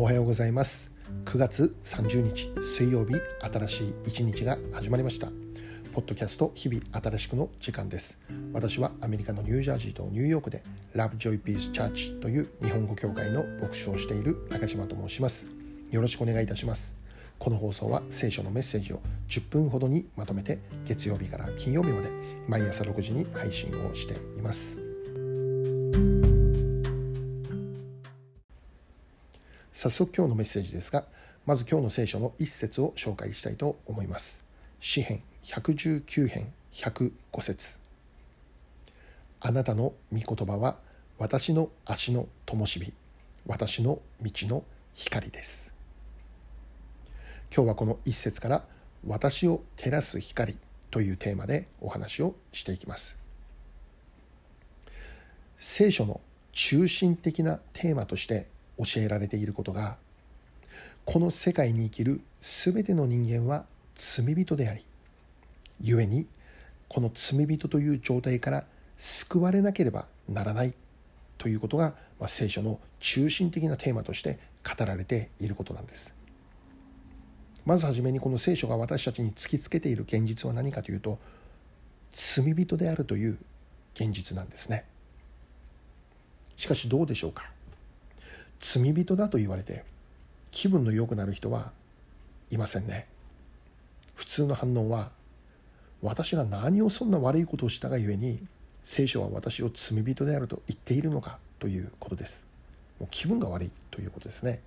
はようございます。9月30日水曜日、新しい一日が始まりました。ポッドキャスト日々新しくの時間です。私はアメリカのニュージャージーとニューヨークで Love Joy Peace Church という日本語教会の牧師をしている中島と申します。よろしくお願いいたします。この放送は聖書のメッセージを10分ほどにまとめて月曜日から金曜日まで毎朝6時に配信をしています。早速今日のメッセージですが、まず今日の聖書の一節を紹介したいと思います。詩編119編105節。あなたの御言葉は私の足の灯火、私の道の光です。今日はこの一節から私を照らす光というテーマでお話をしていきます。聖書の中心的なテーマとして教えられていることが、この世界に生きるすべての人間は罪人であり、故にこの罪人という状態から救われなければならないということが、聖書の中心的なテーマとして語られていることなんです。まずはじめにこの聖書が私たちに突きつけている現実は何かというと、罪人であるという現実なんですね。しかしどうでしょうか。罪人だと言われて気分の良くなる人はいませんね。普通の反応は、私が何をそんな悪いことをしたがゆえに聖書は私を罪人であると言っているのかということです。もう気分が悪いということですね。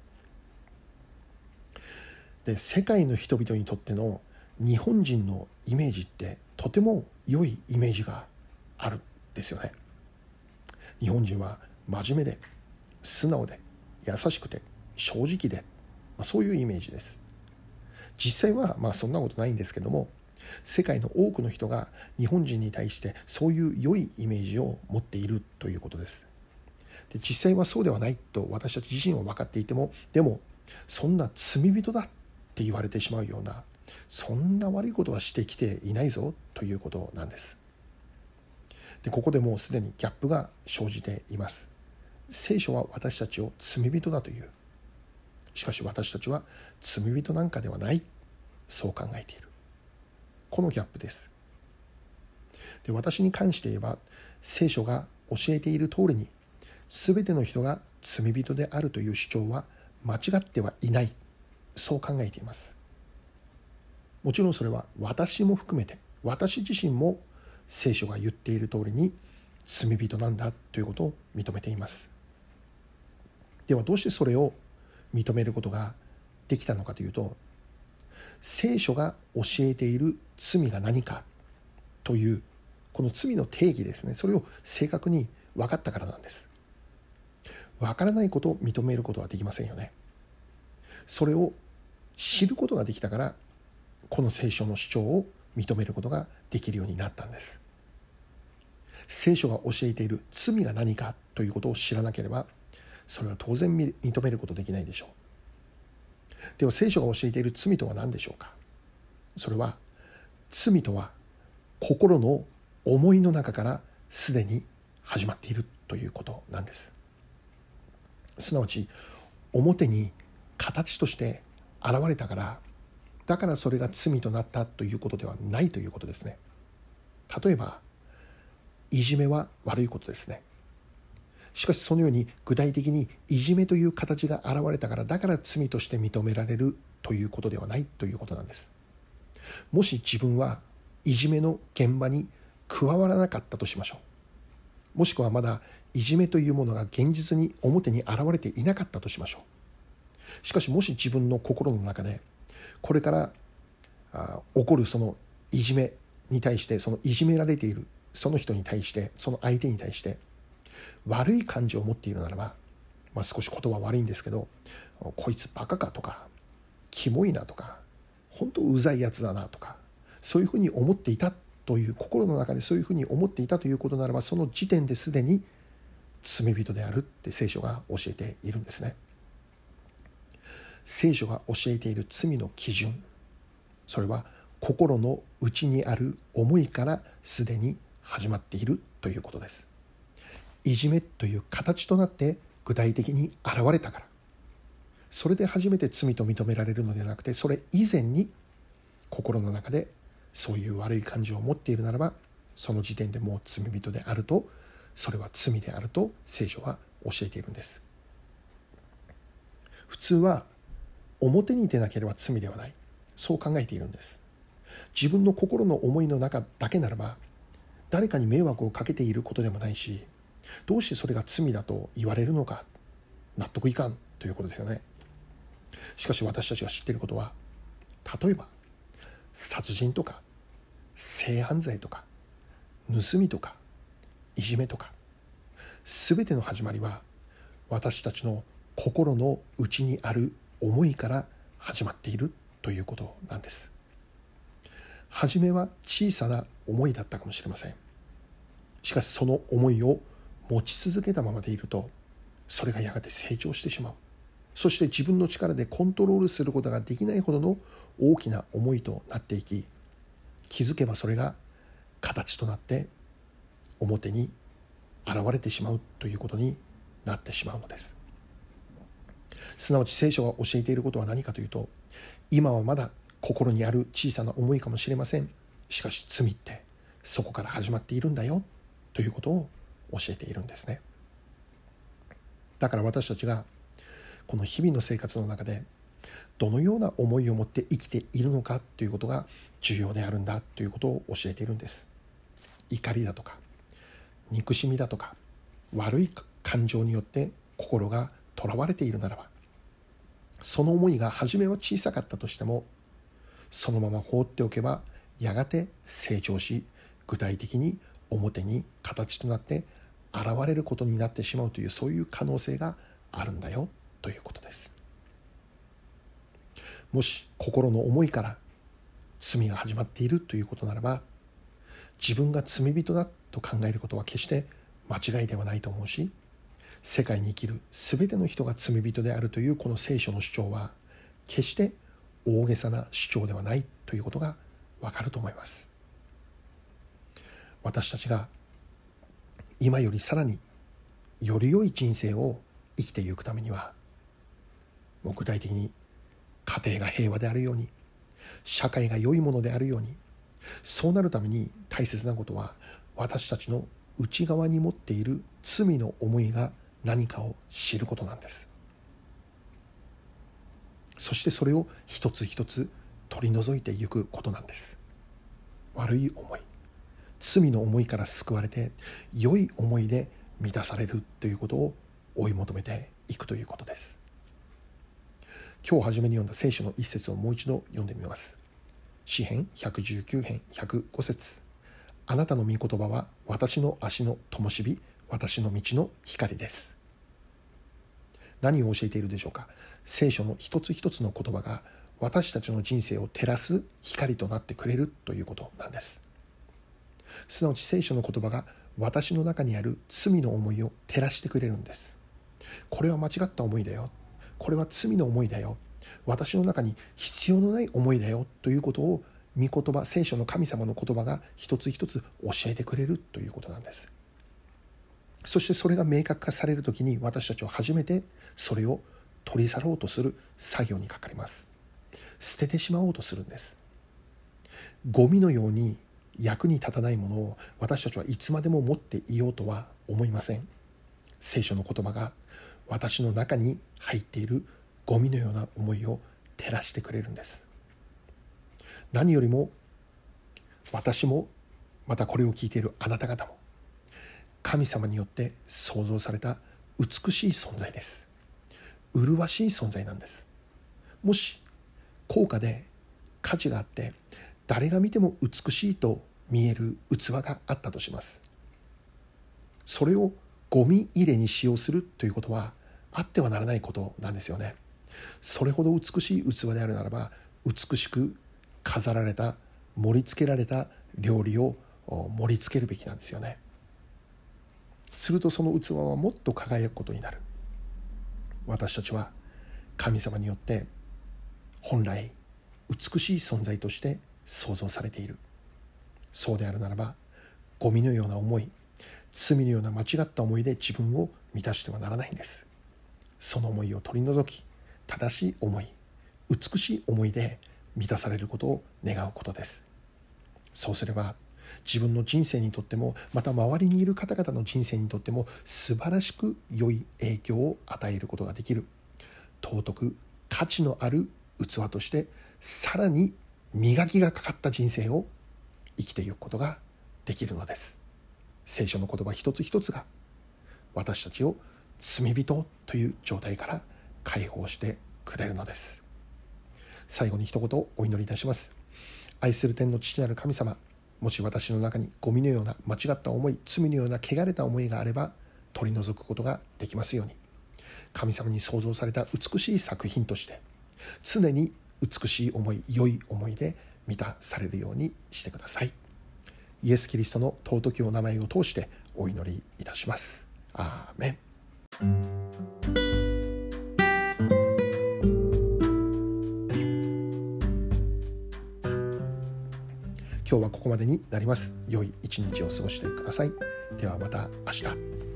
で、世界の人々にとっての日本人のイメージってとても良いイメージがあるんですよね。日本人は真面目で素直で優しくて正直で、そういうイメージです。実際はそんなことないんですけども、世界の多くの人が日本人に対してそういう良いイメージを持っているということです。で、実際はそうではないと私たち自身は分かっていても、でもそんな罪人だって言われてしまうような、そんな悪いことはしてきていないぞということなんです。で、ここでもうすでにギャップが生じています。聖書は私たちを罪人だという。しかし私たちは罪人なんかではない、そう考えている。このギャップです。で、私に関して言えば、聖書が教えている通りに全ての人が罪人であるという主張は間違ってはいない、そう考えています。もちろんそれは私も含めて、私自身も聖書が言っている通りに罪人なんだということを認めています。ではどうしてそれを認めることができたのかというと、聖書が教えている罪が何かというこの罪の定義ですね、それを正確に分かったからなんです。分からないことを認めることはできませんよね。それを知ることができたから、この聖書の主張を認めることができるようになったんです。聖書が教えている罪が何かということを知らなければ、それは当然認めることできないでしょう。では聖書が教えている罪とは何でしょうか。それは、罪とは心の思いの中からすでに始まっているということなんです。すなわち表に形として現れたから、だからそれが罪となったということではないということですね。例えばいじめは悪いことですね。しかしそのように具体的にいじめという形が現れたから、だから罪として認められるということではないということなんです。もし自分はいじめの現場に加わらなかったとしましょう。もしくはまだいじめというものが現実に表に現れていなかったとしましょう。しかしもし自分の心の中でこれから起こるそのいじめに対して、そのいじめられているその人に対して、その相手に対して悪い感情を持っているならば、少し言葉悪いんですけど、こいつバカかとか、キモいなとか、本当うざいやつだなとか、そういうふうに思っていたという、心の中でそういうふうに思っていたということならば、その時点ですでに罪人であるって聖書が教えているんですね。聖書が教えている罪の基準、それは心の内にある思いからすでに始まっているということです。いじめという形となって具体的に現れたから、 それで初めて罪と認められるのではなくて、それ以前に心の中でそういう悪い感情を持っているならば、その時点でもう罪人であると、それは罪であると聖書は教えているんです。普通は表に出なければ罪ではない、そう考えているんです。自分の心の思いの中だけならば、誰かに迷惑をかけていることでもないし、どうしてそれが罪だと言われるのか納得いかんということですよね。しかし私たちが知っていることは、例えば殺人とか性犯罪とか盗みとかいじめとか、全ての始まりは私たちの心の内にある思いから始まっているということなんです。初めは小さな思いだったかもしれません。しかしその思いを持ち続けたままでいると、それがやがて成長してしまう。そして自分の力でコントロールすることができないほどの大きな思いとなっていき、気づけばそれが形となって表に現れてしまうということになってしまうのです。すなわち聖書が教えていることは何かというと、今はまだ心にある小さな思いかもしれません。しかし罪ってそこから始まっているんだよということを教えているんですね。だから私たちがこの日々の生活の中でどのような思いを持って生きているのかということが重要であるんだということを教えているんです。怒りだとか憎しみだとか悪い感情によって心がとらわれているならば、その思いが初めは小さかったとしても、そのまま放っておけばやがて成長し、具体的に表に形となって現れることになってしまうという、そういう可能性があるんだよということです。もし心の思いから罪が始まっているということならば、自分が罪人だと考えることは決して間違いではないと思うし、世界に生きる全ての人が罪人であるというこの聖書の主張は決して大げさな主張ではないということがわかると思います。私たちが今よりさらにより良い人生を生きていくためには、もう具体的に家庭が平和であるように、社会が良いものであるように、そうなるために大切なことは、私たちの内側に持っている罪の思いが何かを知ることなんです。そしてそれを一つ一つ取り除いていくことなんです。悪い思い、罪の思いから救われて良い思いで満たされるということを追い求めていくということです。今日初めに読んだ聖書の一節をもう一度読んでみます。詩編119編105節。あなたの御言葉は私の足の灯火、私の道の光です。何を教えているでしょうか。聖書の一つ一つの言葉が私たちの人生を照らす光となってくれるということなんです。すなわち聖書の言葉が私の中にある罪の思いを照らしてくれるんです。これは間違った思いだよ、これは罪の思いだよ、私の中に必要のない思いだよということを御言葉、聖書の神様の言葉が一つ一つ教えてくれるということなんです。そしてそれが明確化されるときに、私たちは初めてそれを取り去ろうとする作業にかかります。捨ててしまおうとするんです。ゴミのように役に立たないものを私たちはいつまでも持っていようとは思いません。聖書の言葉が私の中に入っているゴミのような思いを照らしてくれるんです。何よりも私も、またこれを聞いているあなた方も、神様によって創造された美しい存在です。麗しい存在なんです。もし高価で価値があって誰が見ても美しいと見える器があったとします。それをゴミ入れに使用するということはあってはならないことなんですよね。それほど美しい器であるならば、美しく飾られた、盛り付けられた料理を盛り付けるべきなんですよね。するとその器はもっと輝くことになる。私たちは神様によって本来美しい存在として創造されている。そうであるならば、ゴミのような思い、罪のような間違った思いで自分を満たしてはならないんです。その思いを取り除き、 正しい思い、美しい思いで満たされることを願うことです。そうすれば自分の人生にとっても、また周りにいる方々の人生にとっても素晴らしく良い影響を与えることができる、尊く価値のある器としてさらに磨きがかかった人生を生きていくことができるのです。聖書の言葉一つ一つが私たちを罪人という状態から解放してくれるのです。最後に一言お祈りいたします。愛する天の父なる神様、もし私の中にゴミのような間違った思い、罪のような汚れた思いがあれば取り除くことができますように、神様に創造された美しい作品として常に美しい思い、良い思いで満たされるようにしてください。イエス・キリストの尊きお名前を通してお祈りいたします。アーメン。今日はここまでになります。良い一日を過ごしてください。ではまた明日。